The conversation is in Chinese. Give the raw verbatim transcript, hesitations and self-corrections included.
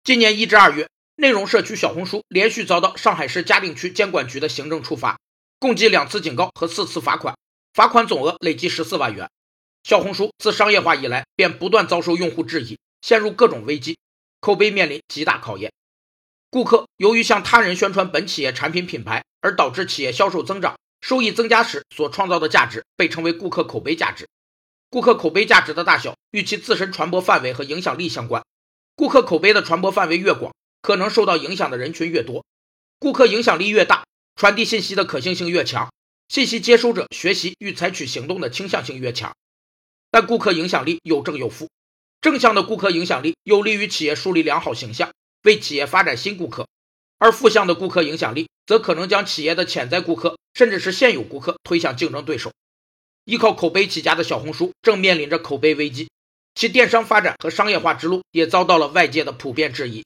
今年一至二月，内容社区小红书连续遭到上海市嘉定区监管局的行政处罚，共计两次警告和四次罚款，罚款总额累计十四万元。小红书自商业化以来便不断遭受用户质疑，陷入各种危机，口碑面临极大考验。顾客由于向他人宣传本企业产品品牌，而导致企业销售增长、收益增加时所创造的价值被称为顾客口碑价值。顾客口碑价值的大小与其自身传播范围和影响力相关，顾客口碑的传播范围越广，可能受到影响的人群越多，顾客影响力越大，传递信息的可信性越强，信息接收者学习与采取行动的倾向性越强。但顾客影响力有正有负，正向的顾客影响力有利于企业树立良好形象，为企业发展新顾客，而负向的顾客影响力则可能将企业的潜在顾客甚至是现有顾客推向竞争对手。依靠口碑起家的小红书正面临着口碑危机，其电商发展和商业化之路也遭到了外界的普遍质疑。